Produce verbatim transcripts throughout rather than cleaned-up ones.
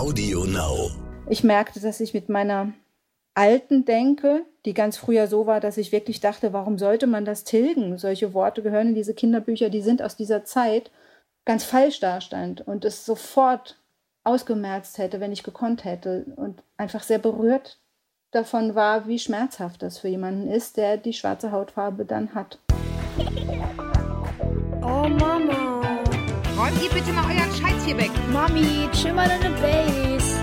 Audio Now. Ich merkte, dass ich mit meiner alten Denke, die ganz früher so war, dass ich wirklich dachte, warum sollte man das tilgen? Solche Worte gehören in diese Kinderbücher, die sind aus dieser Zeit, ganz falsch dastand und es sofort ausgemerzt hätte, wenn ich gekonnt hätte und einfach sehr berührt davon war, wie schmerzhaft das für jemanden ist, der die schwarze Hautfarbe dann hat. Oh Mama. Räumt ihr bitte mal euren Scheiß hier weg. Mami, chill mal deine Base.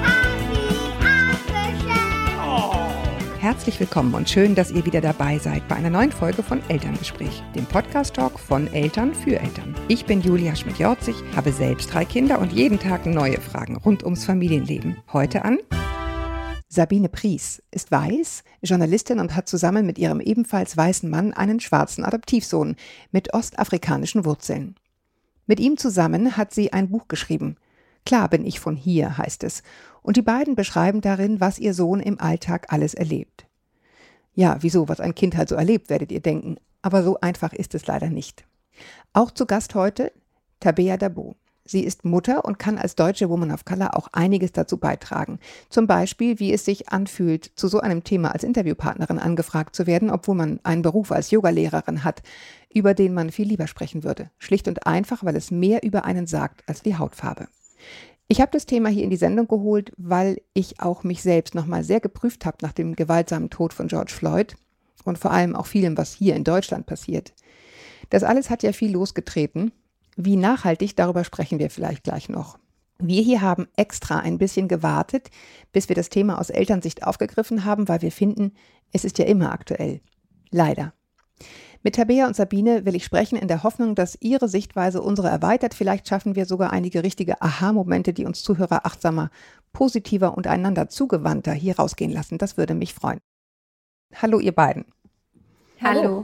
Herzlich willkommen und schön, dass ihr wieder dabei seid bei einer neuen Folge von Elterngespräch, dem Podcast-Talk von Eltern für Eltern. Ich bin Julia Schmidt-Jorzig, habe selbst drei Kinder und jeden Tag neue Fragen rund ums Familienleben. Heute an Sabine Pries, ist weiß, Journalistin und hat zusammen mit ihrem ebenfalls weißen Mann einen schwarzen Adoptivsohn mit ostafrikanischen Wurzeln. Mit ihm zusammen hat sie ein Buch geschrieben. Klar bin ich von hier, heißt es. Und die beiden beschreiben darin, was ihr Sohn im Alltag alles erlebt. Ja, wieso, was ein Kind halt so erlebt, werdet ihr denken. Aber so einfach ist es leider nicht. Auch zu Gast heute Tabea Dabo. Sie ist Mutter und kann als deutsche Woman of Color auch einiges dazu beitragen. Zum Beispiel, wie es sich anfühlt, zu so einem Thema als Interviewpartnerin angefragt zu werden, obwohl man einen Beruf als Yogalehrerin hat, über den man viel lieber sprechen würde. Schlicht und einfach, weil es mehr über einen sagt als die Hautfarbe. Ich habe das Thema hier in die Sendung geholt, weil ich auch mich selbst nochmal sehr geprüft habe nach dem gewaltsamen Tod von George Floyd und vor allem auch vielem, was hier in Deutschland passiert. Das alles hat ja viel losgetreten. Wie nachhaltig, darüber sprechen wir vielleicht gleich noch. Wir hier haben extra ein bisschen gewartet, bis wir das Thema aus Elternsicht aufgegriffen haben, weil wir finden, es ist ja immer aktuell. Leider. Mit Tabea und Sabine will ich sprechen in der Hoffnung, dass ihre Sichtweise unsere erweitert. Vielleicht schaffen wir sogar einige richtige Aha-Momente, die uns Zuhörer achtsamer, positiver und einander zugewandter hier rausgehen lassen. Das würde mich freuen. Hallo ihr beiden. Hallo.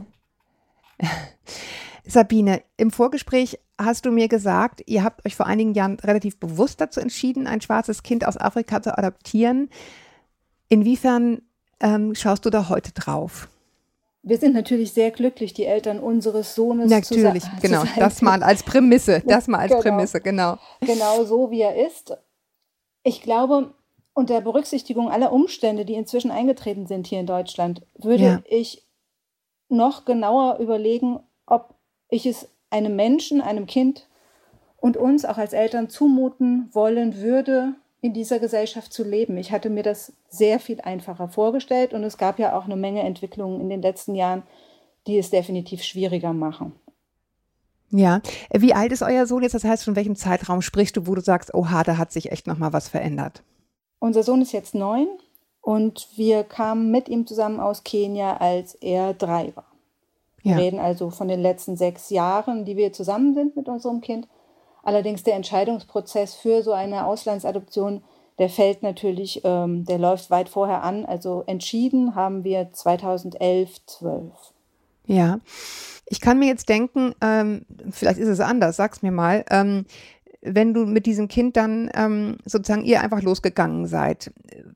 Sabine, im Vorgespräch hast du mir gesagt, ihr habt euch vor einigen Jahren relativ bewusst dazu entschieden, ein schwarzes Kind aus Afrika zu adoptieren. Inwiefern ähm, schaust du da heute drauf? Wir sind natürlich sehr glücklich, die Eltern unseres Sohnes natürlich, zu, genau, zu sein. Das mal als Prämisse, das mal als genau. Prämisse, genau. Genau so, wie er ist. Ich glaube, unter Berücksichtigung aller Umstände, die inzwischen eingetreten sind hier in Deutschland, würde Ja. ich noch genauer überlegen, ob ich es einem Menschen, einem Kind und uns auch als Eltern zumuten wollen würde, in dieser Gesellschaft zu leben. Ich hatte mir das sehr viel einfacher vorgestellt und es gab ja auch eine Menge Entwicklungen in den letzten Jahren, die es definitiv schwieriger machen. Ja, wie alt ist euer Sohn jetzt? Das heißt, von welchem Zeitraum sprichst du, wo du sagst, oha, da hat sich echt nochmal was verändert? Unser Sohn ist jetzt neun und wir kamen mit ihm zusammen aus Kenia, als er drei war. Wir Ja. reden also von den letzten sechs Jahren, die wir zusammen sind mit unserem Kind. Allerdings der Entscheidungsprozess für so eine Auslandsadoption, der fällt natürlich, ähm, der läuft weit vorher an. Also entschieden haben wir zweitausendelf, zwölf. Ja, ich kann mir jetzt denken, ähm, vielleicht ist es anders, sag's mir mal, ähm, wenn du mit diesem Kind dann ähm, sozusagen ihr einfach losgegangen seid.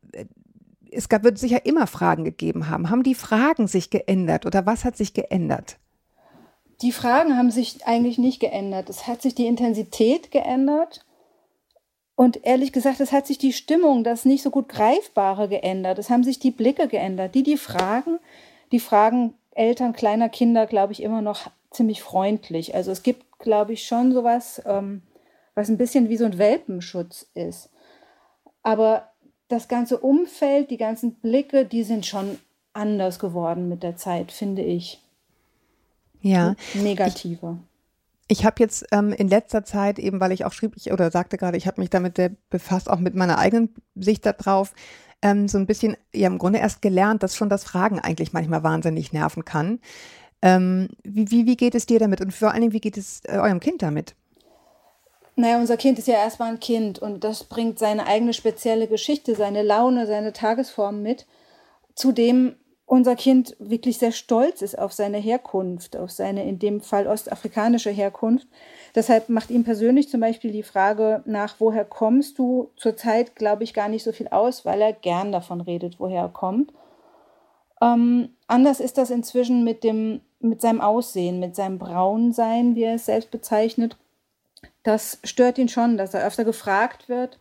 Es gab, wird sicher immer Fragen gegeben haben. Haben die Fragen sich geändert oder was hat sich geändert? Die Fragen haben sich eigentlich nicht geändert. Es hat sich die Intensität geändert und ehrlich gesagt, es hat sich die Stimmung, das nicht so gut Greifbare geändert. Es haben sich die Blicke geändert. Die, die fragen, die fragen Eltern kleiner Kinder, glaube ich, immer noch ziemlich freundlich. Also es gibt, glaube ich, schon sowas, ähm, was ein bisschen wie so ein Welpenschutz ist. Aber das ganze Umfeld, die ganzen Blicke, die sind schon anders geworden mit der Zeit, finde ich. Ja. Negativer. Ich, ich habe jetzt ähm, in letzter Zeit eben, weil ich auch schrieb, ich oder sagte gerade, ich habe mich damit sehr befasst, auch mit meiner eigenen Sicht darauf, ähm, so ein bisschen, ja im Grunde erst gelernt, dass schon das Fragen eigentlich manchmal wahnsinnig nerven kann. Ähm, wie, wie, wie geht es dir damit und vor allen Dingen, wie geht es äh, eurem Kind damit? Naja, unser Kind ist ja erstmal ein Kind und das bringt seine eigene spezielle Geschichte, seine Laune, seine Tagesform mit, zudem unser Kind wirklich sehr stolz ist auf seine Herkunft, auf seine in dem Fall ostafrikanische Herkunft. Deshalb macht ihm persönlich zum Beispiel die Frage nach, woher kommst du, zurzeit, glaube ich, gar nicht so viel aus, weil er gern davon redet, woher er kommt. Ähm, anders ist das inzwischen mit dem, mit seinem Aussehen, mit seinem Braunsein, wie er es selbst bezeichnet. Das stört ihn schon, dass er öfter gefragt wird,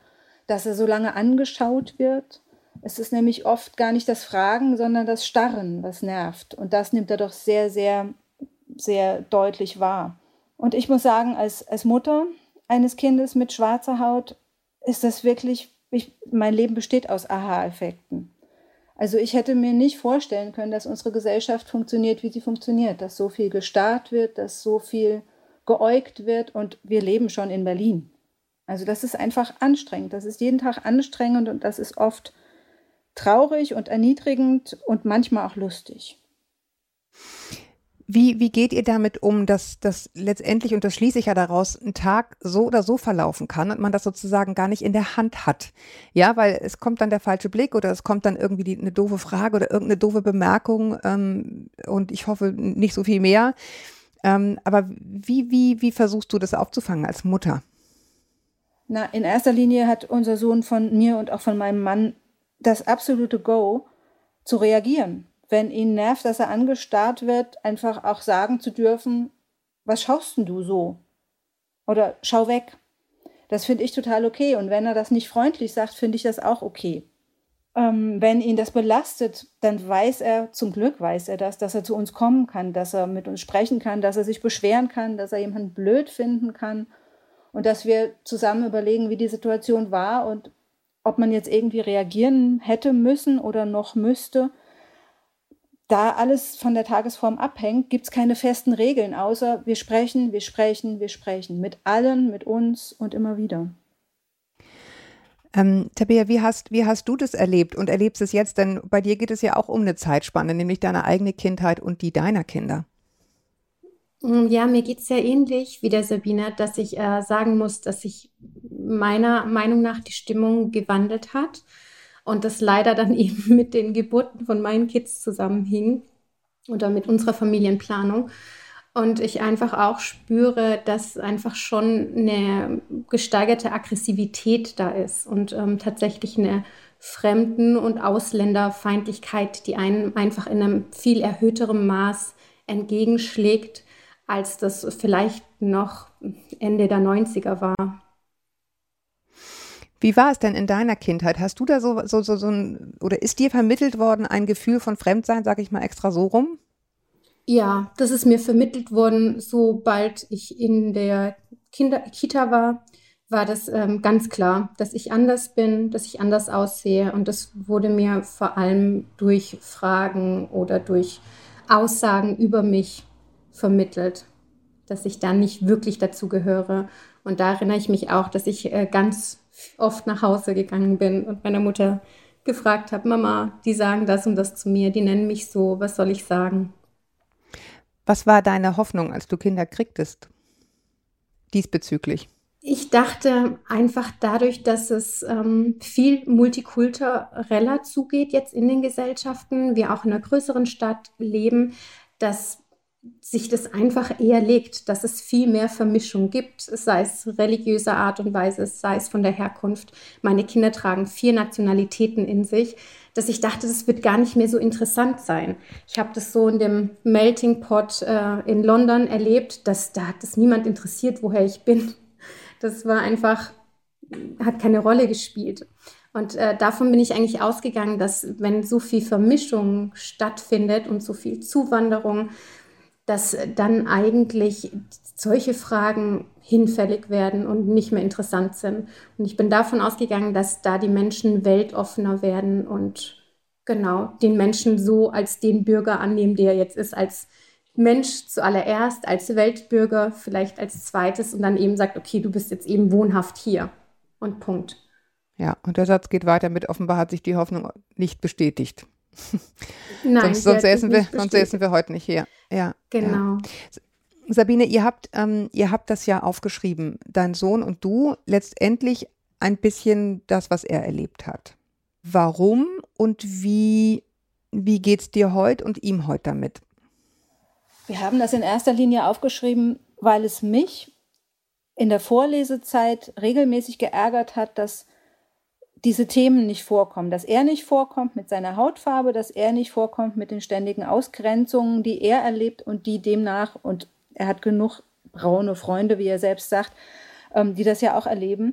dass er so lange angeschaut wird. Es ist nämlich oft gar nicht das Fragen, sondern das Starren, was nervt. Und das nimmt er doch sehr, sehr, sehr deutlich wahr. Und ich muss sagen, als, als Mutter eines Kindes mit schwarzer Haut ist das wirklich, ich, mein Leben besteht aus Aha-Effekten. Also ich hätte mir nicht vorstellen können, dass unsere Gesellschaft funktioniert, wie sie funktioniert, dass so viel gestarrt wird, dass so viel geäugt wird und wir leben schon in Berlin. Also das ist einfach anstrengend, das ist jeden Tag anstrengend und das ist oft traurig und erniedrigend und manchmal auch lustig. Wie, wie geht ihr damit um, dass das letztendlich, und das schließe ich ja daraus, ein Tag so oder so verlaufen kann und man das sozusagen gar nicht in der Hand hat? Ja, weil es kommt dann der falsche Blick oder es kommt dann irgendwie die, eine doofe Frage oder irgendeine doofe Bemerkung ähm, und ich hoffe nicht so viel mehr. Ähm, aber wie, wie, wie versuchst du das aufzufangen als Mutter? Na, in erster Linie hat unser Sohn von mir und auch von meinem Mann das absolute Go, zu reagieren. Wenn ihn nervt, dass er angestarrt wird, einfach auch sagen zu dürfen, was schaust denn du so? Oder schau weg. Das finde ich total okay. Und wenn er das nicht freundlich sagt, finde ich das auch okay. Ähm, wenn ihn das belastet, dann weiß er, zum Glück weiß er das, dass er zu uns kommen kann, dass er mit uns sprechen kann, dass er sich beschweren kann, dass er jemanden blöd finden kann und dass wir zusammen überlegen, wie die Situation war und ob man jetzt irgendwie reagieren hätte müssen oder noch müsste. Da alles von der Tagesform abhängt, gibt es keine festen Regeln, außer wir sprechen, wir sprechen, wir sprechen. Mit allen, mit uns und immer wieder. Ähm, Tabea, wie hast, wie hast du das erlebt und erlebst es jetzt? Denn bei dir geht es ja auch um eine Zeitspanne, nämlich deine eigene Kindheit und die deiner Kinder. Ja, mir geht es ja ähnlich wie der Sabine, dass ich äh, sagen muss, dass sich meiner Meinung nach die Stimmung gewandelt hat. Und das leider dann eben mit den Geburten von meinen Kids zusammenhing oder mit unserer Familienplanung. Und ich einfach auch spüre, dass einfach schon eine gesteigerte Aggressivität da ist und ähm, tatsächlich eine Fremden- und Ausländerfeindlichkeit, die einem einfach in einem viel erhöhterem Maß entgegenschlägt, als das vielleicht noch Ende der neunziger war. Wie war es denn in deiner Kindheit? Hast du da so, so, so, so ein, oder ist dir vermittelt worden ein Gefühl von Fremdsein, sage ich mal extra so rum? Ja, das ist mir vermittelt worden, sobald ich in der Kinder Kita war, war das ähm, ganz klar, dass ich anders bin, dass ich anders aussehe. Und das wurde mir vor allem durch Fragen oder durch Aussagen über mich vermittelt, dass ich da nicht wirklich dazu gehöre. Und da erinnere ich mich auch, dass ich äh, ganz oft nach Hause gegangen bin und meiner Mutter gefragt habe, Mama, die sagen das und das zu mir, die nennen mich so, was soll ich sagen? Was war deine Hoffnung, als du Kinder kriegtest, diesbezüglich? Ich dachte einfach dadurch, dass es ähm, viel multikultureller zugeht jetzt in den Gesellschaften, wir auch in einer größeren Stadt leben, dass sich das einfach eher legt, dass es viel mehr Vermischung gibt, sei es religiöser Art und Weise, sei es von der Herkunft. Meine Kinder tragen vier Nationalitäten in sich, dass ich dachte, das wird gar nicht mehr so interessant sein. Ich habe das so in dem Melting Pot äh, in London erlebt, dass da hat es niemand interessiert, woher ich bin. Das war einfach, hat keine Rolle gespielt. Und äh, davon bin ich eigentlich ausgegangen, dass wenn so viel Vermischung stattfindet und so viel Zuwanderung, dass dann eigentlich solche Fragen hinfällig werden und nicht mehr interessant sind. Und ich bin davon ausgegangen, dass da die Menschen weltoffener werden und genau den Menschen so als den Bürger annehmen, der er jetzt ist, als Mensch zuallererst, als Weltbürger, vielleicht als zweites und dann eben sagt, okay, du bist jetzt eben wohnhaft hier und Punkt. Ja, und der Satz geht weiter mit, offenbar hat sich die Hoffnung nicht bestätigt. Nein, sonst, sonst, säßen wir, sonst säßen wir heute nicht hier. Ja, genau. Ja. Sabine, ihr habt, ähm, ihr habt das ja aufgeschrieben, dein Sohn und du, letztendlich ein bisschen das, was er erlebt hat. Warum und wie, wie geht es dir heute und ihm heute damit? Wir haben das in erster Linie aufgeschrieben, weil es mich in der Vorlesezeit regelmäßig geärgert hat, dass diese Themen nicht vorkommen, dass er nicht vorkommt mit seiner Hautfarbe, dass er nicht vorkommt mit den ständigen Ausgrenzungen, die er erlebt und die demnach, und er hat genug braune Freunde, wie er selbst sagt, die das ja auch erleben,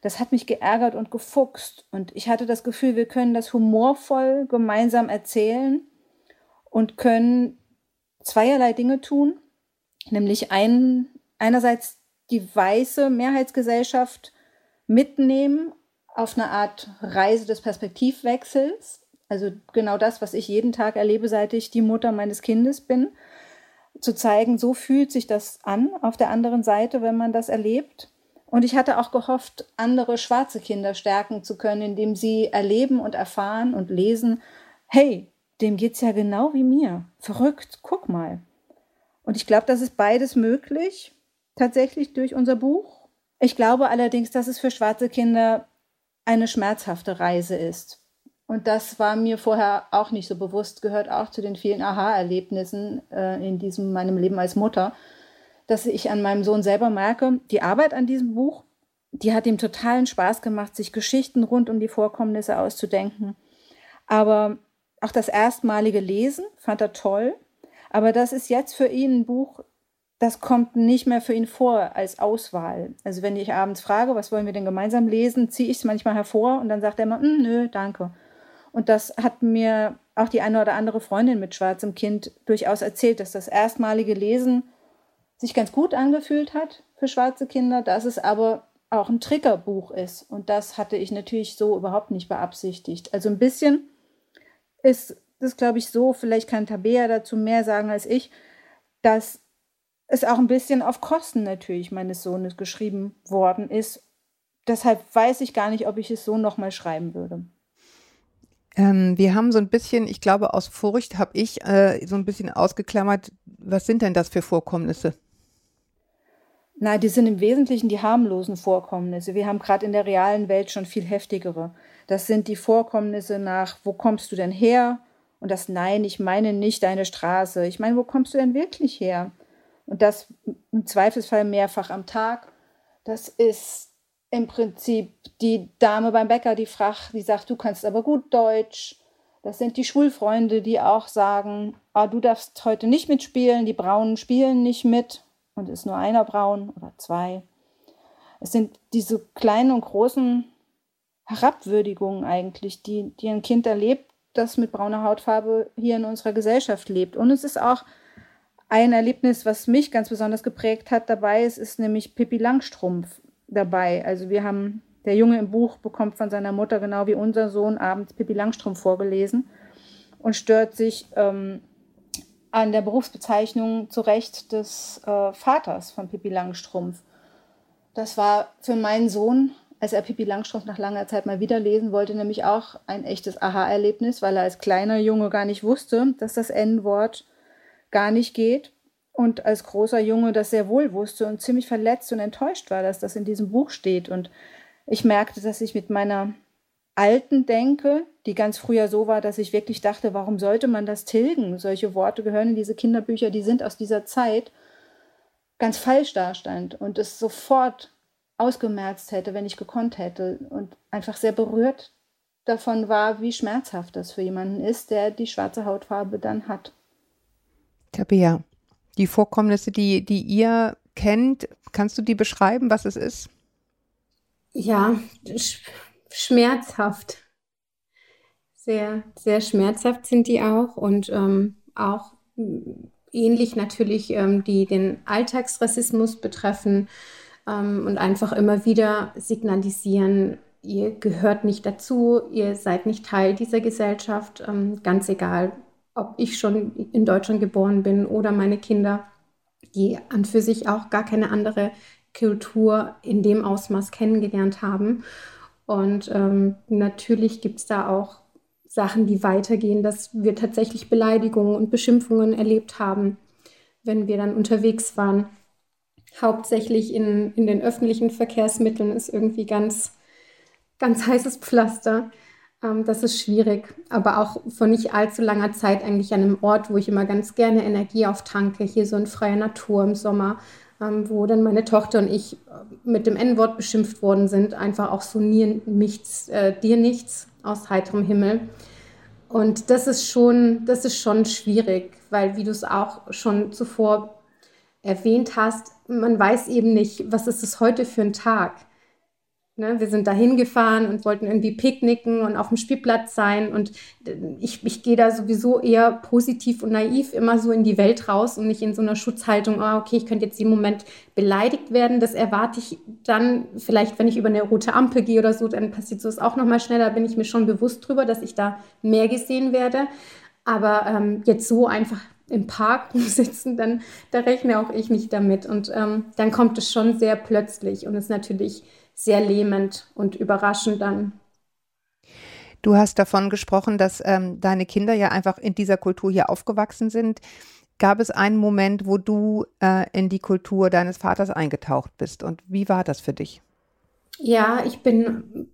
das hat mich geärgert und gefuchst. Und ich hatte das Gefühl, wir können das humorvoll gemeinsam erzählen und können zweierlei Dinge tun, nämlich ein, einerseits die weiße Mehrheitsgesellschaft mitnehmen auf eine Art Reise des Perspektivwechsels, also genau das, was ich jeden Tag erlebe, seit ich die Mutter meines Kindes bin, zu zeigen, so fühlt sich das an auf der anderen Seite, wenn man das erlebt. Und ich hatte auch gehofft, andere schwarze Kinder stärken zu können, indem sie erleben und erfahren und lesen, hey, dem geht's ja genau wie mir. Verrückt, guck mal. Und ich glaube, das ist beides möglich, tatsächlich durch unser Buch. Ich glaube allerdings, dass es für schwarze Kinder eine schmerzhafte Reise ist. Und das war mir vorher auch nicht so bewusst, gehört auch zu den vielen Aha-Erlebnissen äh, in diesem meinem Leben als Mutter, dass ich an meinem Sohn selber merke, die Arbeit an diesem Buch, die hat ihm totalen Spaß gemacht, sich Geschichten rund um die Vorkommnisse auszudenken. Aber auch das erstmalige Lesen fand er toll. Aber das ist jetzt für ihn ein Buch, das kommt nicht mehr für ihn vor als Auswahl. Also wenn ich abends frage, was wollen wir denn gemeinsam lesen, ziehe ich es manchmal hervor und dann sagt er immer, nö, danke. Und das hat mir auch die eine oder andere Freundin mit schwarzem Kind durchaus erzählt, dass das erstmalige Lesen sich ganz gut angefühlt hat für schwarze Kinder, dass es aber auch ein Triggerbuch ist. Und das hatte ich natürlich so überhaupt nicht beabsichtigt. Also ein bisschen ist das, glaube ich, so, vielleicht kann Tabea dazu mehr sagen als ich, dass es auch ein bisschen auf Kosten natürlich meines Sohnes geschrieben worden ist. Deshalb weiß ich gar nicht, ob ich es so nochmal schreiben würde. Ähm, wir haben so ein bisschen, ich glaube, aus Furcht habe ich äh, so ein bisschen ausgeklammert, was sind denn das für Vorkommnisse? Na, die sind im Wesentlichen die harmlosen Vorkommnisse. Wir haben gerade in der realen Welt schon viel heftigere. Das sind die Vorkommnisse nach, wo kommst du denn her? Und das Nein, ich meine nicht deine Straße. Ich meine, wo kommst du denn wirklich her? Und das im Zweifelsfall mehrfach am Tag. Das ist im Prinzip die Dame beim Bäcker, die fragt, die sagt, du kannst aber gut Deutsch. Das sind die Schulfreunde, die auch sagen, oh, du darfst heute nicht mitspielen, die Braunen spielen nicht mit. Und ist nur einer braun oder zwei. Es sind diese kleinen und großen Herabwürdigungen eigentlich, die, die ein Kind erlebt, das mit brauner Hautfarbe hier in unserer Gesellschaft lebt. Und es ist auch ein Erlebnis, was mich ganz besonders geprägt hat dabei. Es ist nämlich Pippi Langstrumpf dabei. Also wir haben, der Junge im Buch bekommt von seiner Mutter, genau wie unser Sohn, abends Pippi Langstrumpf vorgelesen und stört sich ähm, an der Berufsbezeichnung zu Recht des äh, Vaters von Pippi Langstrumpf. Das war für meinen Sohn, als er Pippi Langstrumpf nach langer Zeit mal wieder lesen wollte, nämlich auch ein echtes Aha-Erlebnis, weil er als kleiner Junge gar nicht wusste, dass das En-Wort gar nicht geht und als großer Junge das sehr wohl wusste und ziemlich verletzt und enttäuscht war, dass das in diesem Buch steht. Und ich merkte, dass ich mit meiner alten Denke, die ganz früher so war, dass ich wirklich dachte, warum sollte man das tilgen? Solche Worte gehören in diese Kinderbücher, die sind aus dieser Zeit, ganz falsch dastand und es sofort ausgemerzt hätte, wenn ich gekonnt hätte und einfach sehr berührt davon war, wie schmerzhaft das für jemanden ist, der die schwarze Hautfarbe dann hat. Tabea, die Vorkommnisse, die, die ihr kennt, kannst du die beschreiben, was es ist? Ja, sch- schmerzhaft. Sehr, sehr schmerzhaft sind die auch und ähm, auch m, ähnlich natürlich, ähm, die den Alltagsrassismus betreffen ähm, und einfach immer wieder signalisieren, ihr gehört nicht dazu, ihr seid nicht Teil dieser Gesellschaft, ähm, ganz egal, ob ich schon in Deutschland geboren bin oder meine Kinder, die an für sich auch gar keine andere Kultur in dem Ausmaß kennengelernt haben. Und ähm, natürlich gibt es da auch Sachen, die weitergehen, dass wir tatsächlich Beleidigungen und Beschimpfungen erlebt haben, wenn wir dann unterwegs waren. Hauptsächlich in, in den öffentlichen Verkehrsmitteln ist irgendwie ganz, ganz heißes Pflaster. Ähm, das ist schwierig, aber auch vor nicht allzu langer Zeit eigentlich an einem Ort, wo ich immer ganz gerne Energie auftanke, hier so in freier Natur im Sommer, ähm, wo dann meine Tochter und ich mit dem En-Wort beschimpft worden sind, einfach auch so nie nichts, äh, dir nichts aus heiterem Himmel. Und das ist schon, das ist schon schwierig, weil, wie du es auch schon zuvor erwähnt hast, man weiß eben nicht, was ist es heute für ein Tag. Ne, wir sind da hingefahren und wollten irgendwie picknicken und auf dem Spielplatz sein. Und ich, ich gehe da sowieso eher positiv und naiv immer so in die Welt raus und nicht in so einer Schutzhaltung, ah, okay, ich könnte jetzt im Moment beleidigt werden. Das erwarte ich dann vielleicht, wenn ich über eine rote Ampel gehe oder so, dann passiert sowas auch nochmal schneller. Da bin ich mir schon bewusst drüber, dass ich da mehr gesehen werde. Aber ähm, jetzt so einfach im Park rumsitzen, dann da rechne auch ich nicht damit. Und ähm, dann kommt es schon sehr plötzlich und ist natürlich sehr lähmend und überraschend dann. Du hast davon gesprochen, dass ähm, deine Kinder ja einfach in dieser Kultur hier aufgewachsen sind. Gab es einen Moment, wo du äh, in die Kultur deines Vaters eingetaucht bist? Und wie war das für dich? Ja, ich bin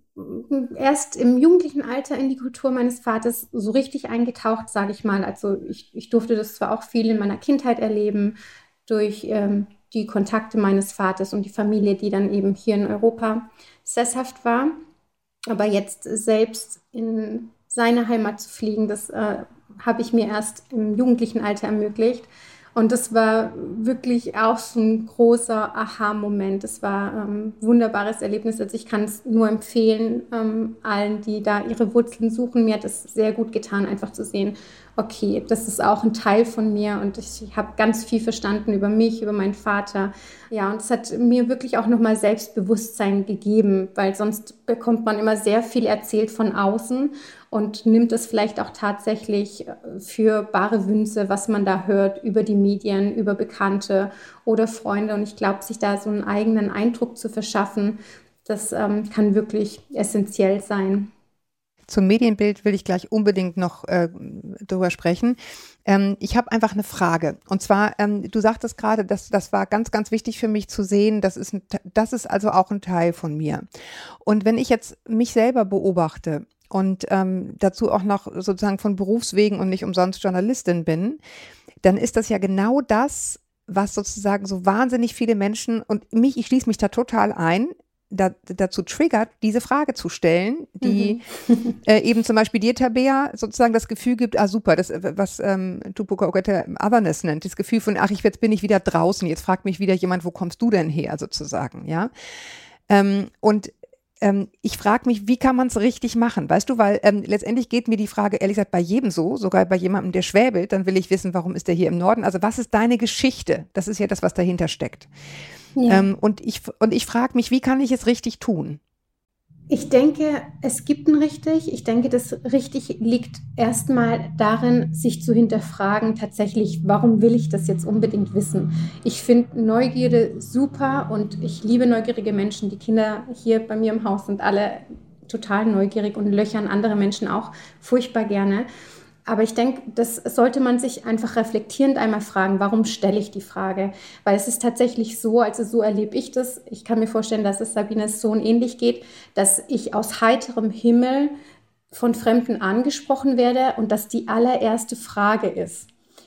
erst im jugendlichen Alter in die Kultur meines Vaters so richtig eingetaucht, sage ich mal. Also ich, ich durfte das zwar auch viel in meiner Kindheit erleben, durch ähm, die Kontakte meines Vaters und die Familie, die dann eben hier in Europa sesshaft war. Aber jetzt selbst in seine Heimat zu fliegen, das äh, habe ich mir erst im jugendlichen Alter ermöglicht. Und das war wirklich auch so ein großer Aha-Moment. Das war ähm, ein wunderbares Erlebnis. Also ich kann es nur empfehlen, ähm, allen, die da ihre Wurzeln suchen. Mir hat es sehr gut getan, einfach zu sehen, okay, das ist auch ein Teil von mir und ich habe ganz viel verstanden über mich, über meinen Vater. Ja, und es hat mir wirklich auch nochmal Selbstbewusstsein gegeben, weil sonst bekommt man immer sehr viel erzählt von außen und nimmt es vielleicht auch tatsächlich für bare Münze, was man da hört über die Medien, über Bekannte oder Freunde. Und ich glaube, sich da so einen eigenen Eindruck zu verschaffen, das ähm, kann wirklich essentiell sein. Zum Medienbild will ich gleich unbedingt noch äh, drüber sprechen. Ähm, ich habe einfach eine Frage. Und zwar, ähm, du sagtest gerade, dass das war ganz, ganz wichtig für mich zu sehen, das ist, ein, das ist also auch ein Teil von mir. Und wenn ich jetzt mich selber beobachte und ähm, dazu auch noch sozusagen von Berufswegen und nicht umsonst Journalistin bin, dann ist das ja genau das, was sozusagen so wahnsinnig viele Menschen und mich, ich schließe mich da total ein, Da, dazu triggert, diese Frage zu stellen, die mhm. äh, eben zum Beispiel dir, Tabea, sozusagen das Gefühl gibt, ah super, das, was ähm, Tupoka Ogette Otherness nennt, das Gefühl von, ach, ich, jetzt bin ich wieder draußen, jetzt fragt mich wieder jemand, wo kommst du denn her, sozusagen, ja. Ähm, und ähm, ich frage mich, wie kann man es richtig machen, weißt du, weil ähm, letztendlich geht mir die Frage, ehrlich gesagt, bei jedem so, sogar bei jemandem, der schwäbelt, dann will ich wissen, warum ist der hier im Norden, also was ist deine Geschichte? Das ist ja das, was dahinter steckt. Ja. Ähm, und ich, und ich frage mich, wie kann ich es richtig tun? Ich denke, es gibt ein richtig. Ich denke, das richtig liegt erstmal darin, sich zu hinterfragen, tatsächlich, warum will ich das jetzt unbedingt wissen? Ich finde Neugierde super und ich liebe neugierige Menschen. Die Kinder hier bei mir im Haus sind alle total neugierig und löchern andere Menschen auch furchtbar gerne. Aber ich denke, das sollte man sich einfach reflektierend einmal fragen, warum stelle ich die Frage? Weil es ist tatsächlich so, also so erlebe ich das, ich kann mir vorstellen, dass es Sabines Sohn ähnlich geht, dass ich aus heiterem Himmel von Fremden angesprochen werde und das die allererste Frage ist.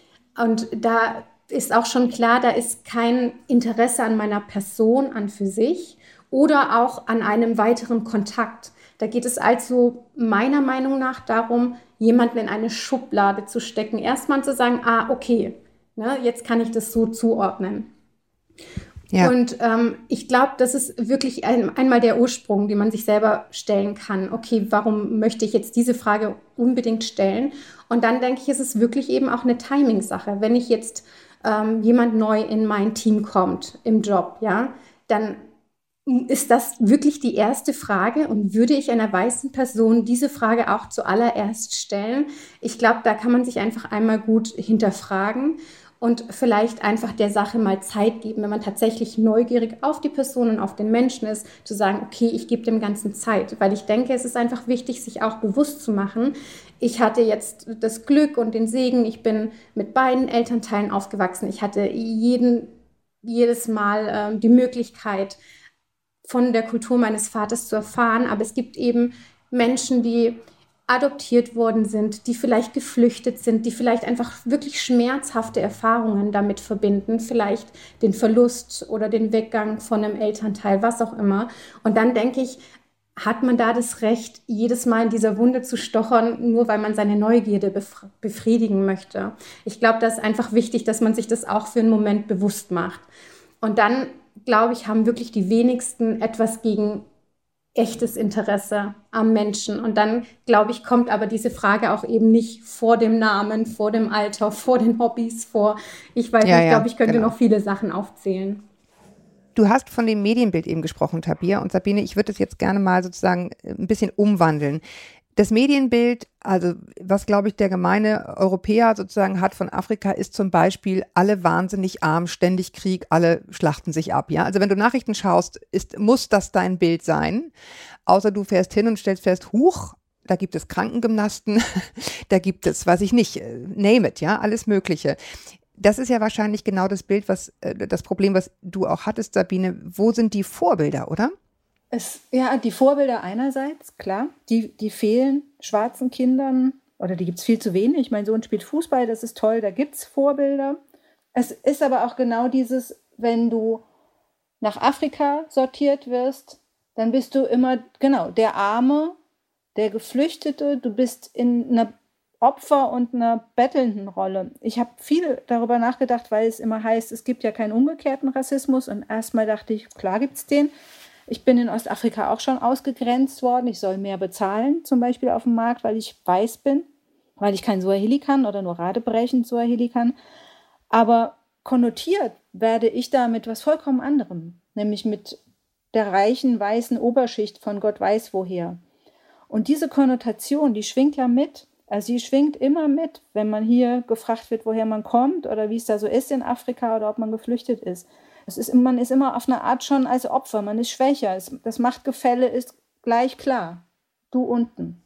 Und da ist auch schon klar, da ist kein Interesse an meiner Person an für sich oder auch an einem weiteren Kontakt. Da geht es also meiner Meinung nach darum, jemanden in eine Schublade zu stecken. Erstmal zu sagen, ah, okay, ne, jetzt kann ich das so zuordnen. Ja. Und ähm, ich glaube, das ist wirklich ein, einmal der Ursprung, den man sich selber stellen kann. Okay, warum möchte ich jetzt diese Frage unbedingt stellen? Und dann denke ich, ist es wirklich eben auch eine Timing-Sache. Wenn ich jetzt ähm, jemand neu in mein Team kommt im Job, ja, dann ist das wirklich die erste Frage und würde ich einer weißen Person diese Frage auch zuallererst stellen? Ich glaube, da kann man sich einfach einmal gut hinterfragen und vielleicht einfach der Sache mal Zeit geben, wenn man tatsächlich neugierig auf die Person und auf den Menschen ist, zu sagen, okay, ich gebe dem Ganzen Zeit, weil ich denke, es ist einfach wichtig, sich auch bewusst zu machen. Ich hatte jetzt das Glück und den Segen, ich bin mit beiden Elternteilen aufgewachsen. Ich hatte jeden, jedes Mal äh, die Möglichkeit, von der Kultur meines Vaters zu erfahren. Aber es gibt eben Menschen, die adoptiert worden sind, die vielleicht geflüchtet sind, die vielleicht einfach wirklich schmerzhafte Erfahrungen damit verbinden, vielleicht den Verlust oder den Weggang von einem Elternteil, was auch immer. Und dann denke ich, hat man da das Recht, jedes Mal in dieser Wunde zu stochern, nur weil man seine Neugierde bef- befriedigen möchte. Ich glaube, das ist einfach wichtig, dass man sich das auch für einen Moment bewusst macht. Und dann glaube ich, haben wirklich die wenigsten etwas gegen echtes Interesse am Menschen. Und dann, glaube ich, kommt aber diese Frage auch eben nicht vor dem Namen, vor dem Alter, vor den Hobbys, vor, ich weiß Ja, nicht, ich ja, glaube, ich könnte genau. noch viele Sachen aufzählen. Du hast von dem Medienbild eben gesprochen, Tabea. Und Sabine, ich würde das jetzt gerne mal sozusagen ein bisschen umwandeln. Das Medienbild, also was, glaube ich, der gemeine Europäer sozusagen hat von Afrika, ist zum Beispiel alle wahnsinnig arm, ständig Krieg, alle schlachten sich ab. Ja, also wenn du Nachrichten schaust, ist, muss das dein Bild sein. Außer du fährst hin und stellst fest, huch, da gibt es Krankengymnasten, da gibt es, weiß ich nicht, name it, ja, alles Mögliche. Das ist ja wahrscheinlich genau das Bild, was das Problem, was du auch hattest, Sabine. Wo sind die Vorbilder, oder? Es, ja, die Vorbilder einerseits, klar, die, die fehlen schwarzen Kindern oder die gibt es viel zu wenig. Mein Sohn spielt Fußball, das ist toll, da gibt es Vorbilder. Es ist aber auch genau dieses, wenn du nach Afrika sortiert wirst, dann bist du immer, genau, der Arme, der Geflüchtete, du bist in einer Opfer- und einer bettelnden Rolle. Ich habe viel darüber nachgedacht, weil es immer heißt, es gibt ja keinen umgekehrten Rassismus und erstmal dachte ich, klar gibt es den. Ich bin in Ostafrika auch schon ausgegrenzt worden. Ich soll mehr bezahlen, zum Beispiel auf dem Markt, weil ich weiß bin, weil ich kein Swahili kann oder nur radebrechend Swahili kann. Aber konnotiert werde ich da mit was vollkommen anderem, nämlich mit der reichen, weißen Oberschicht von Gott weiß woher. Und diese Konnotation, die schwingt ja mit. Also sie schwingt immer mit, wenn man hier gefragt wird, woher man kommt oder wie es da so ist in Afrika oder ob man geflüchtet ist. Es ist, man ist immer auf eine Art schon als Opfer, man ist schwächer. Es, das Machtgefälle ist gleich klar. Du unten.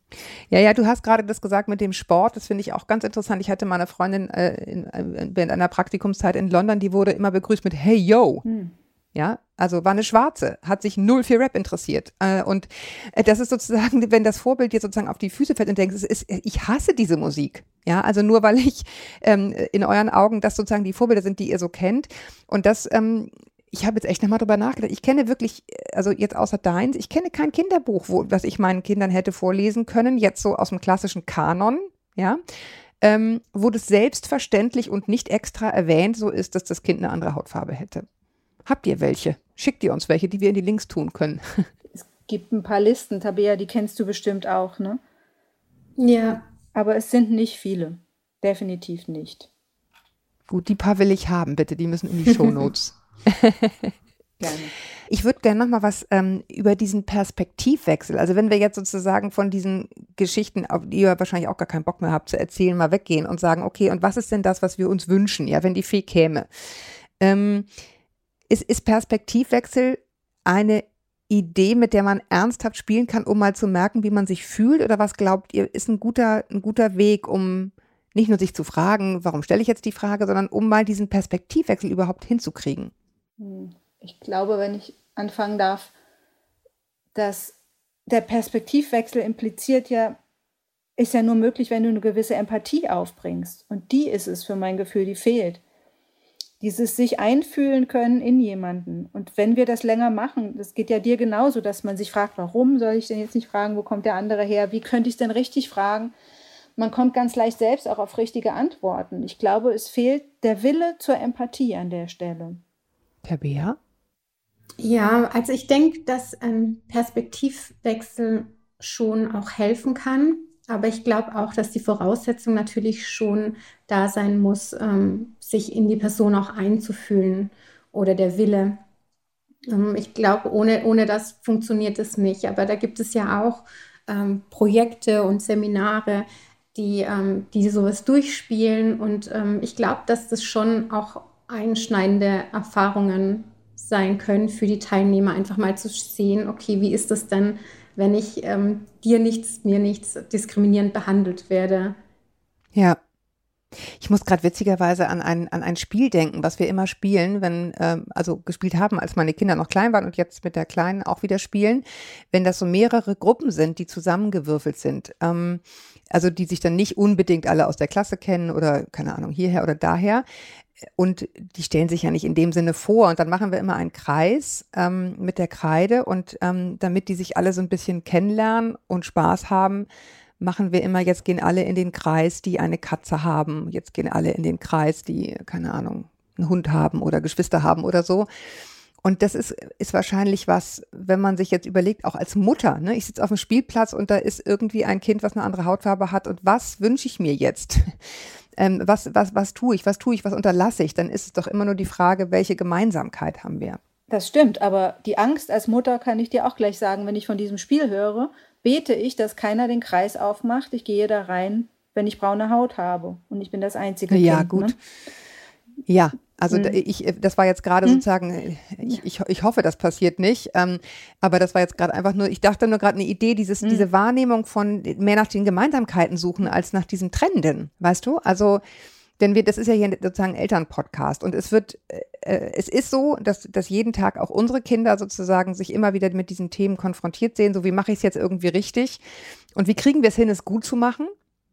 Ja, ja, du hast gerade das gesagt mit dem Sport, das finde ich auch ganz interessant. Ich hatte mal eine Freundin äh, in, in, während einer Praktikumszeit in London, die wurde immer begrüßt mit Hey, yo. Hm. Ja, also war eine Schwarze, hat sich null für Rap interessiert. Äh, und äh, das ist sozusagen, wenn das Vorbild dir sozusagen auf die Füße fällt und denkst, es ist, ich hasse diese Musik. Ja, also nur weil ich ähm, in euren Augen das sozusagen die Vorbilder sind, die ihr so kennt. Und das, ähm, ich habe jetzt echt nochmal drüber nachgedacht. Ich kenne wirklich, also jetzt außer deins, ich kenne kein Kinderbuch, wo, was ich meinen Kindern hätte vorlesen können, jetzt so aus dem klassischen Kanon, ja, ähm, wo das selbstverständlich und nicht extra erwähnt so ist, dass das Kind eine andere Hautfarbe hätte. Habt ihr welche? Schickt ihr uns welche, die wir in die Links tun können? Es gibt ein paar Listen, Tabea, die kennst du bestimmt auch, ne? Ja. Aber es sind nicht viele. Definitiv nicht. Gut, die paar will ich haben, bitte. Die müssen in die Shownotes. Gerne. Ich würde gerne noch mal was ähm, über diesen Perspektivwechsel, also wenn wir jetzt sozusagen von diesen Geschichten, auf die ihr wahrscheinlich auch gar keinen Bock mehr habt zu erzählen, mal weggehen und sagen, okay, und was ist denn das, was wir uns wünschen, ja, wenn die Fee käme? Ähm, ist, ist Perspektivwechsel eine Idee, mit der man ernsthaft spielen kann, um mal zu merken, wie man sich fühlt? Oder was glaubt ihr, ist ein guter, ein guter Weg, um nicht nur sich zu fragen, warum stelle ich jetzt die Frage, sondern um mal diesen Perspektivwechsel überhaupt hinzukriegen? Ich glaube, wenn ich anfangen darf, dass der Perspektivwechsel impliziert ja, ist ja nur möglich, wenn du eine gewisse Empathie aufbringst. Und die ist es für mein Gefühl, die fehlt. Dieses sich einfühlen können in jemanden. Und wenn wir das länger machen, das geht ja dir genauso, dass man sich fragt, warum soll ich denn jetzt nicht fragen, wo kommt der andere her, wie könnte ich es denn richtig fragen? Man kommt ganz leicht selbst auch auf richtige Antworten. Ich glaube, es fehlt der Wille zur Empathie an der Stelle. Tabea? Ja, also ich denke, dass ein Perspektivwechsel schon auch helfen kann. Aber ich glaube auch, dass die Voraussetzung natürlich schon da sein muss, ähm, sich in die Person auch einzufühlen oder der Wille. Ähm, ich glaube, ohne, ohne das funktioniert es nicht. Aber da gibt es ja auch ähm, Projekte und Seminare, die, ähm, die sowas durchspielen. Und ähm, ich glaube, dass das schon auch einschneidende Erfahrungen sein können für die Teilnehmer, einfach mal zu sehen, okay, wie ist das denn, wenn ich ähm, dir nichts, mir nichts diskriminierend behandelt werde. Ja. Ich muss gerade witzigerweise an ein, an ein Spiel denken, was wir immer spielen, wenn, ähm, also gespielt haben, als meine Kinder noch klein waren und jetzt mit der Kleinen auch wieder spielen, wenn das so mehrere Gruppen sind, die zusammengewürfelt sind, ähm, also die sich dann nicht unbedingt alle aus der Klasse kennen oder, keine Ahnung, hierher oder daher. Und die stellen sich ja nicht in dem Sinne vor. Und dann machen wir immer einen Kreis ähm, mit der Kreide. Und ähm, damit die sich alle so ein bisschen kennenlernen und Spaß haben, machen wir immer, jetzt gehen alle in den Kreis, die eine Katze haben. Jetzt gehen alle in den Kreis, die, keine Ahnung, einen Hund haben oder Geschwister haben oder so. Und das ist, ist wahrscheinlich was, wenn man sich jetzt überlegt, auch als Mutter, ne? Ich sitze auf dem Spielplatz und da ist irgendwie ein Kind, was eine andere Hautfarbe hat und was wünsche ich mir jetzt? Ähm, was, was, was tue ich, was tue ich, was unterlasse ich? Dann ist es doch immer nur die Frage, welche Gemeinsamkeit haben wir? Das stimmt, aber die Angst als Mutter kann ich dir auch gleich sagen, wenn ich von diesem Spiel höre, bete ich, dass keiner den Kreis aufmacht. Ich gehe da rein, wenn ich braune Haut habe und ich bin das einzige Kind. Ja, gut. Ne? Ja, also Hm. ich, das war jetzt gerade Hm. sozusagen, ich, ich, ich hoffe, das passiert nicht, ähm, aber das war jetzt gerade einfach nur, ich dachte nur gerade eine Idee, dieses, Hm. diese Wahrnehmung von mehr nach den Gemeinsamkeiten suchen als nach diesem Trenden, weißt du? Also, denn wir, das ist ja hier sozusagen ein Elternpodcast und es wird, äh, es ist so, dass, dass jeden Tag auch unsere Kinder sozusagen sich immer wieder mit diesen Themen konfrontiert sehen, so wie mache ich es jetzt irgendwie richtig und wie kriegen wir es hin, es gut zu machen?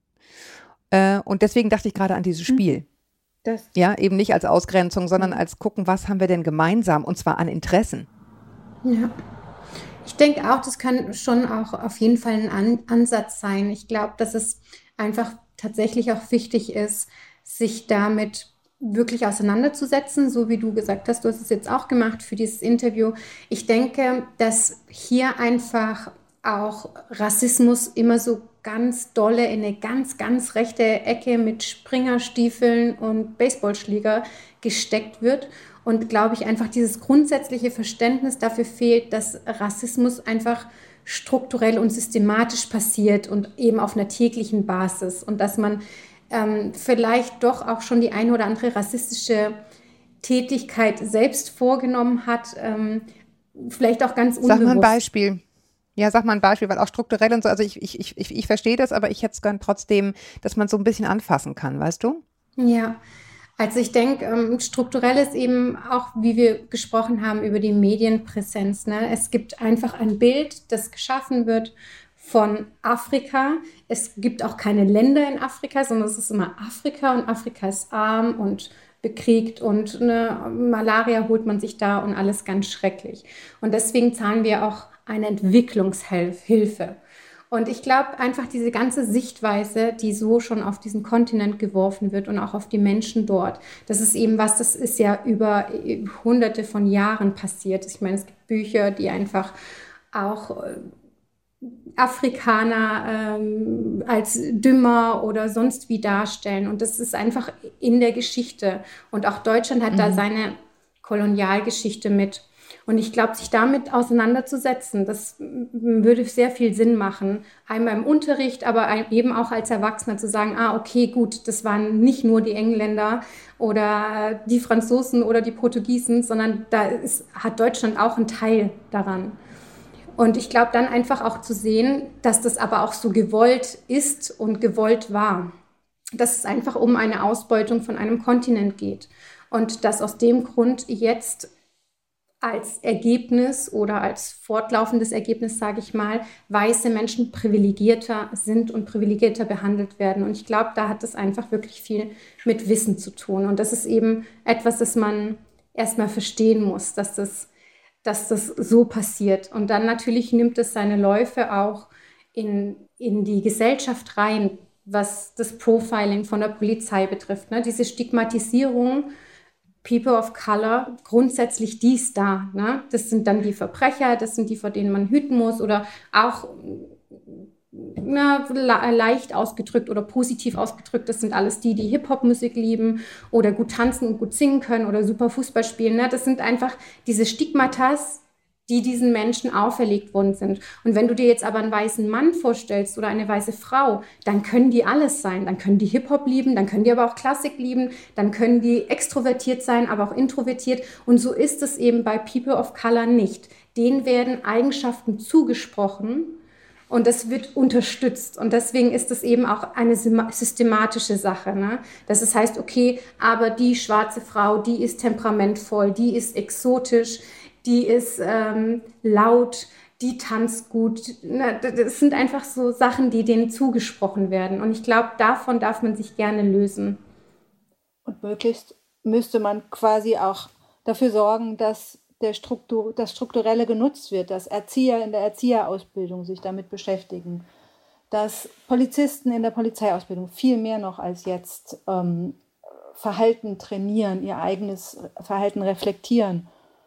Äh, und deswegen dachte ich gerade an dieses Spiel. Das, Ja, eben nicht als Ausgrenzung, sondern als gucken, was haben wir denn gemeinsam und zwar an Interessen. Ja. Ich denke auch, das kann schon auch auf jeden Fall ein An Ansatz sein. Ich glaube, dass es einfach tatsächlich auch wichtig ist, sich damit wirklich auseinanderzusetzen, so wie du gesagt hast, du hast es jetzt auch gemacht für dieses Interview. Ich denke, dass hier einfach auch Rassismus immer so ganz dolle in eine ganz, ganz rechte Ecke mit Springerstiefeln und Baseballschläger gesteckt wird. Und glaube ich, einfach dieses grundsätzliche Verständnis dafür fehlt, dass Rassismus einfach strukturell und systematisch passiert und eben auf einer täglichen Basis. Und dass man ähm, vielleicht doch auch schon die eine oder andere rassistische Tätigkeit selbst vorgenommen hat, ähm, vielleicht auch ganz unbewusst. Sag mal ein Beispiel. Ja, sag mal ein Beispiel, weil auch strukturell und so, also ich, ich, ich, ich verstehe das, aber ich hätte es gern trotzdem, dass man so ein bisschen anfassen kann, weißt du? Ja, also ich denke, ähm, strukturell ist eben auch, wie wir gesprochen haben, über die Medienpräsenz. Ne? Es gibt einfach ein Bild, das geschaffen wird von Afrika. Es gibt auch keine Länder in Afrika, sondern es ist immer Afrika und Afrika ist arm und bekriegt und ne, Malaria holt man sich da und alles ganz schrecklich. Und deswegen zahlen wir auch eine Entwicklungshilfe. Und ich glaube einfach diese ganze Sichtweise, die so schon auf diesen Kontinent geworfen wird und auch auf die Menschen dort, das ist eben was, das ist ja über hunderte von Jahren passiert. Ich meine, es gibt Bücher, die einfach auch äh, Afrikaner ähm, als dümmer oder sonst wie darstellen. Und das ist einfach in der Geschichte. Und auch Deutschland hat mhm. da seine Kolonialgeschichte mit. Und ich glaube, sich damit auseinanderzusetzen, das würde sehr viel Sinn machen. Einmal im Unterricht, aber eben auch als Erwachsener zu sagen, ah, okay, gut, das waren nicht nur die Engländer oder die Franzosen oder die Portugiesen, sondern da ist, hat Deutschland auch einen Teil daran. Und ich glaube dann einfach auch zu sehen, dass das aber auch so gewollt ist und gewollt war. Dass es einfach um eine Ausbeutung von einem Kontinent geht. Und dass aus dem Grund jetzt als Ergebnis oder als fortlaufendes Ergebnis, sage ich mal, weiße Menschen privilegierter sind und privilegierter behandelt werden. Und ich glaube, da hat es einfach wirklich viel mit Wissen zu tun. Und das ist eben etwas, das man erstmal verstehen muss, dass das, dass das so passiert. Und dann natürlich nimmt es seine Läufe auch in, in die Gesellschaft rein, was das Profiling von der Polizei betrifft. Ne? Diese Stigmatisierung, People of Color, grundsätzlich die ist da. Ne? Das sind dann die Verbrecher, das sind die, vor denen man hüten muss oder auch na, leicht ausgedrückt oder positiv ausgedrückt, das sind alles die, die Hip-Hop-Musik lieben oder gut tanzen und gut singen können oder super Fußball spielen. Ne? Das sind einfach diese Stigmatas, die diesen Menschen auferlegt worden sind. Und wenn du dir jetzt aber einen weißen Mann vorstellst oder eine weiße Frau, dann können die alles sein. Dann können die Hip-Hop lieben, dann können die aber auch Klassik lieben, dann können die extrovertiert sein, aber auch introvertiert. Und so ist es eben bei People of Color nicht. Denen werden Eigenschaften zugesprochen und das wird unterstützt. Und deswegen ist es eben auch eine systematische Sache. Ne? Das ist, heißt, okay, aber die schwarze Frau, die ist temperamentvoll, die ist exotisch, die ist ähm, laut, die tanzt gut. Das sind einfach so Sachen, die denen zugesprochen werden. Und ich glaube, davon darf man sich gerne lösen. Und möglichst müsste man quasi auch dafür sorgen, dass der Struktur, das Strukturelle genutzt wird, dass Erzieher in der Erzieherausbildung sich damit beschäftigen, dass Polizisten in der Polizeiausbildung viel mehr noch als jetzt ähm, Verhalten trainieren, ihr eigenes Verhalten reflektieren.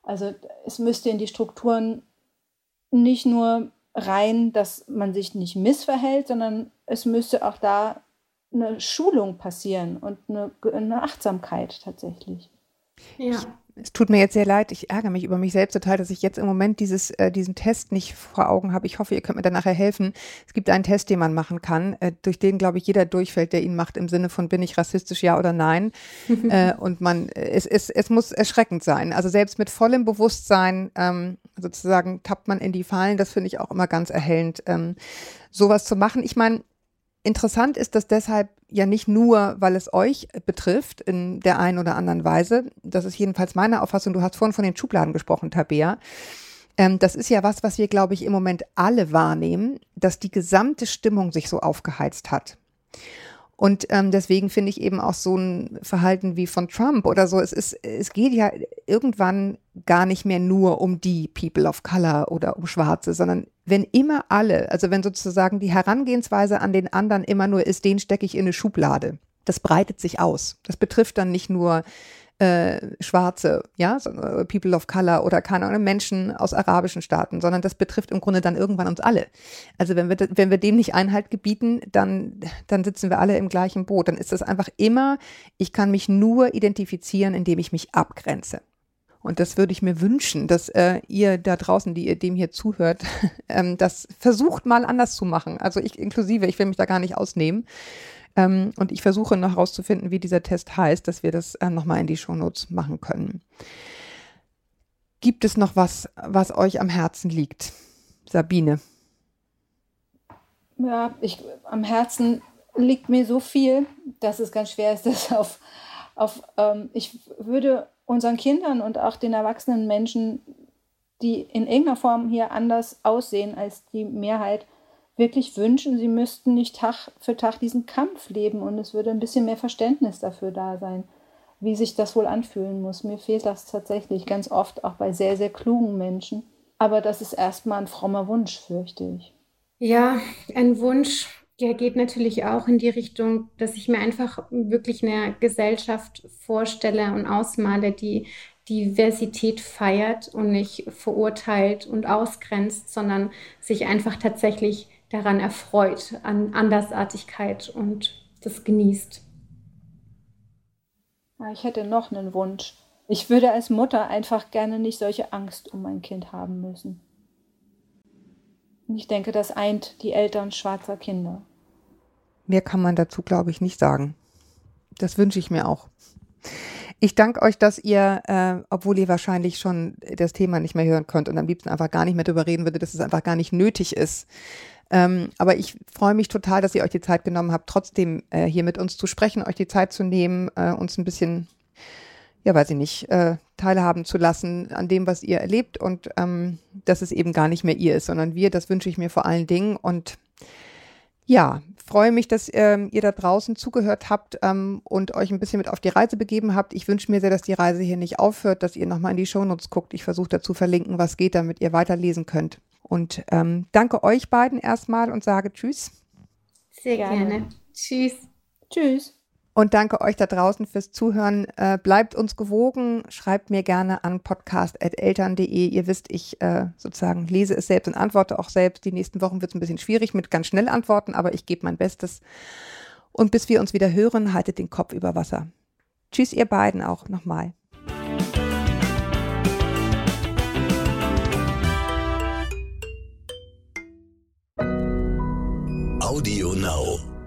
Also es müsste in die Strukturen nicht nur rein, dass man sich nicht missverhält, sondern es müsste auch da eine Schulung passieren und eine, eine Achtsamkeit tatsächlich. Ja. Es tut mir jetzt sehr leid, ich ärgere mich über mich selbst total, dass ich jetzt im Moment dieses, äh, diesen Test nicht vor Augen habe. Ich hoffe, ihr könnt mir dann nachher helfen. Es gibt einen Test, den man machen kann, äh, durch den, glaube ich, jeder durchfällt, der ihn macht, im Sinne von, bin ich rassistisch, ja oder nein. äh, und man, es, es, es muss erschreckend sein. Also selbst mit vollem Bewusstsein ähm, sozusagen tappt man in die Fallen. Das finde ich auch immer ganz erhellend, ähm, sowas zu machen. Ich meine, interessant ist das deshalb ja nicht nur, weil es euch betrifft in der einen oder anderen Weise. Das ist jedenfalls meine Auffassung. Du hast vorhin von den Schubladen gesprochen, Tabea. Ähm, das ist ja was, was wir, glaube ich, im Moment alle wahrnehmen, dass die gesamte Stimmung sich so aufgeheizt hat. Und ähm, deswegen finde ich eben auch so ein Verhalten wie von Trump oder so, es ist, es geht ja irgendwann gar nicht mehr nur um die People of Color oder um Schwarze, sondern wenn immer alle, also wenn sozusagen die Herangehensweise an den anderen immer nur ist, den stecke ich in eine Schublade, das breitet sich aus. Das betrifft dann nicht nur äh, Schwarze, ja, sondern People of Color oder keine Ahnung, Menschen aus arabischen Staaten, sondern das betrifft im Grunde dann irgendwann uns alle. Also wenn wir, wenn wir dem nicht Einhalt gebieten, dann, dann sitzen wir alle im gleichen Boot. Dann ist das einfach immer, ich kann mich nur identifizieren, indem ich mich abgrenze. Und das würde ich mir wünschen, dass äh, ihr da draußen, die ihr dem hier zuhört, ähm, das versucht mal anders zu machen. Also ich inklusive, ich will mich da gar nicht ausnehmen. Ähm, und ich versuche noch herauszufinden, wie dieser Test heißt, dass wir das äh, nochmal in die Shownotes machen können. Gibt es noch was, was euch am Herzen liegt? Sabine? Ja, ich, am Herzen liegt mir so viel, dass es ganz schwer ist, das auf, auf ähm, ich würde unseren Kindern und auch den erwachsenen Menschen, die in irgendeiner Form hier anders aussehen als die Mehrheit, wirklich wünschen, sie müssten nicht Tag für Tag diesen Kampf leben und es würde ein bisschen mehr Verständnis dafür da sein, wie sich das wohl anfühlen muss. Mir fehlt das tatsächlich ganz oft, auch bei sehr, sehr klugen Menschen. Aber das ist erstmal ein frommer Wunsch, fürchte ich. Ja, ein Wunsch, der geht natürlich auch in die Richtung, dass ich mir einfach wirklich eine Gesellschaft vorstelle und ausmale, die Diversität feiert und nicht verurteilt und ausgrenzt, sondern sich einfach tatsächlich daran erfreut, an Andersartigkeit und das genießt. Ich hätte noch einen Wunsch. Ich würde als Mutter einfach gerne nicht solche Angst um mein Kind haben müssen. Und ich denke, das eint die Eltern schwarzer Kinder. Mehr kann man dazu, glaube ich, nicht sagen. Das wünsche ich mir auch. Ich danke euch, dass ihr, äh, obwohl ihr wahrscheinlich schon das Thema nicht mehr hören könnt und am liebsten einfach gar nicht mehr darüber reden würdet, dass es einfach gar nicht nötig ist. Ähm, aber ich freue mich total, dass ihr euch die Zeit genommen habt, trotzdem äh, hier mit uns zu sprechen, euch die Zeit zu nehmen, äh, uns ein bisschen, ja weiß ich nicht, äh, teilhaben zu lassen an dem, was ihr erlebt und ähm, dass es eben gar nicht mehr ihr ist, sondern wir. Das wünsche ich mir vor allen Dingen und ja, freue mich, dass ähm, ihr da draußen zugehört habt ähm, und euch ein bisschen mit auf die Reise begeben habt. Ich wünsche mir sehr, dass die Reise hier nicht aufhört, dass ihr nochmal in die Shownotes guckt. Ich versuche dazu verlinken, was geht, damit ihr weiterlesen könnt. Und ähm, danke euch beiden erstmal und sage Tschüss. Sehr gerne. gerne. Tschüss. Tschüss. Und danke euch da draußen fürs Zuhören. Äh, bleibt uns gewogen. Schreibt mir gerne an podcast at eltern punkt de. Ihr wisst, ich äh, sozusagen lese es selbst und antworte auch selbst. Die nächsten Wochen wird es ein bisschen schwierig mit ganz schnell Antworten, aber ich gebe mein Bestes. Und bis wir uns wieder hören, haltet den Kopf über Wasser. Tschüss, ihr beiden auch nochmal. Audio Now.